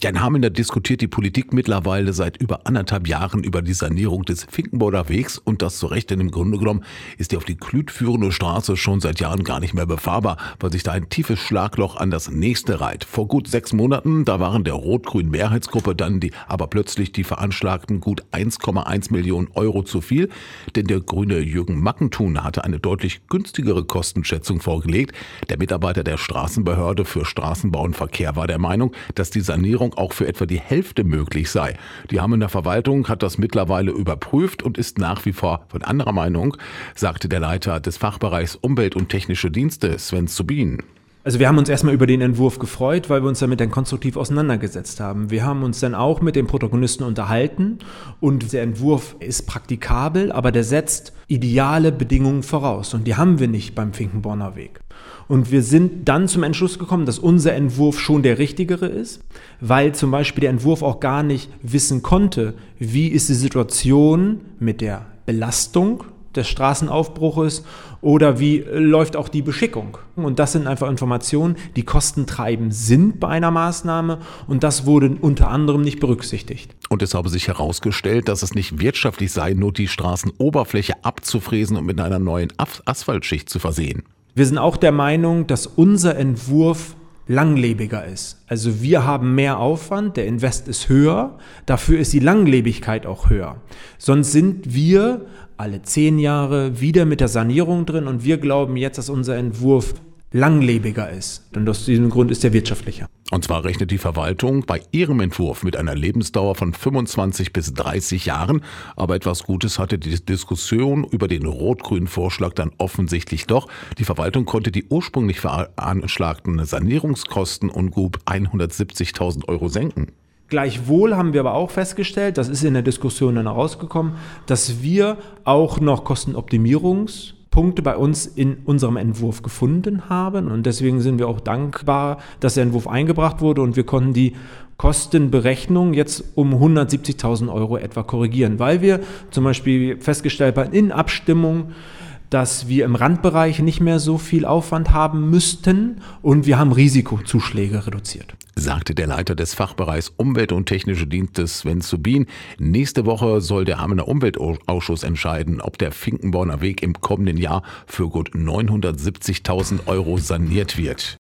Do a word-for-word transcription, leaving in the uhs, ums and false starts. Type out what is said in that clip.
Ja, in Hameln, da diskutiert die Politik mittlerweile seit über anderthalb Jahren über die Sanierung des Finkenborner Wegs und das zu Recht, denn im Grunde genommen ist die auf die Klüt führende Straße schon seit Jahren gar nicht mehr befahrbar, weil sich da ein tiefes Schlagloch an das nächste reiht. Vor gut sechs Monaten, da waren der rot-grünen Mehrheitsgruppe dann die, aber plötzlich die veranschlagten gut eins Komma eins Millionen Euro zu viel, denn der grüne Jürgen Mackenthun hatte eine deutlich günstigere Kostenschätzung vorgelegt. Der Mitarbeiter der Straßenbehörde für Straßenbau und Verkehr war der Meinung, dass die Sanierung auch für etwa die Hälfte möglich sei. Die Hamelner Verwaltung hat das mittlerweile überprüft und ist nach wie vor von anderer Meinung, sagte der Leiter des Fachbereichs Umwelt und Technische Dienste, Sven Zubin. Also wir haben uns erstmal über den Entwurf gefreut, weil wir uns damit dann konstruktiv auseinandergesetzt haben. Wir haben uns dann auch mit den Protagonisten unterhalten und der Entwurf ist praktikabel, aber der setzt ideale Bedingungen voraus und die haben wir nicht beim Finkenborner Weg. Und wir sind dann zum Entschluss gekommen, dass unser Entwurf schon der richtigere ist, weil zum Beispiel der Entwurf auch gar nicht wissen konnte, wie ist die Situation mit der Belastung des Straßenaufbruches oder wie läuft auch die Beschickung. Und das sind einfach Informationen, die kostentreibend sind bei einer Maßnahme und das wurde unter anderem nicht berücksichtigt. Und es habe sich herausgestellt, dass es nicht wirtschaftlich sei, nur die Straßenoberfläche abzufräsen und mit einer neuen Asphaltschicht zu versehen. Wir sind auch der Meinung, dass unser Entwurf langlebiger ist. Also wir haben mehr Aufwand, der Invest ist höher, dafür ist die Langlebigkeit auch höher. Sonst sind wir alle zehn Jahre wieder mit der Sanierung drin und wir glauben jetzt, dass unser Entwurf langlebiger ist. Und aus diesem Grund ist er wirtschaftlicher. Und zwar rechnet die Verwaltung bei ihrem Entwurf mit einer Lebensdauer von fünfundzwanzig bis dreißig Jahren. Aber etwas Gutes hatte die Diskussion über den rot-grünen Vorschlag dann offensichtlich doch. Die Verwaltung konnte die ursprünglich veranschlagten Sanierungskosten um gut hundertsiebzigtausend Euro senken. Gleichwohl haben wir aber auch festgestellt, das ist in der Diskussion dann herausgekommen, dass wir auch noch Kostenoptimierungspunkte bei uns in unserem Entwurf gefunden haben und deswegen sind wir auch dankbar, dass der Entwurf eingebracht wurde und wir konnten die Kostenberechnung jetzt um hundertsiebzigtausend Euro etwa korrigieren, weil wir zum Beispiel festgestellt haben in Abstimmung, dass wir im Randbereich nicht mehr so viel Aufwand haben müssten und wir haben Risikozuschläge reduziert. Sagte der Leiter des Fachbereichs Umwelt und Technische Dienste Sven Zubin. Nächste Woche soll der Hamelner Umweltausschuss entscheiden, ob der Finkenborner Weg im kommenden Jahr für gut neunhundertsiebzigtausend Euro saniert wird.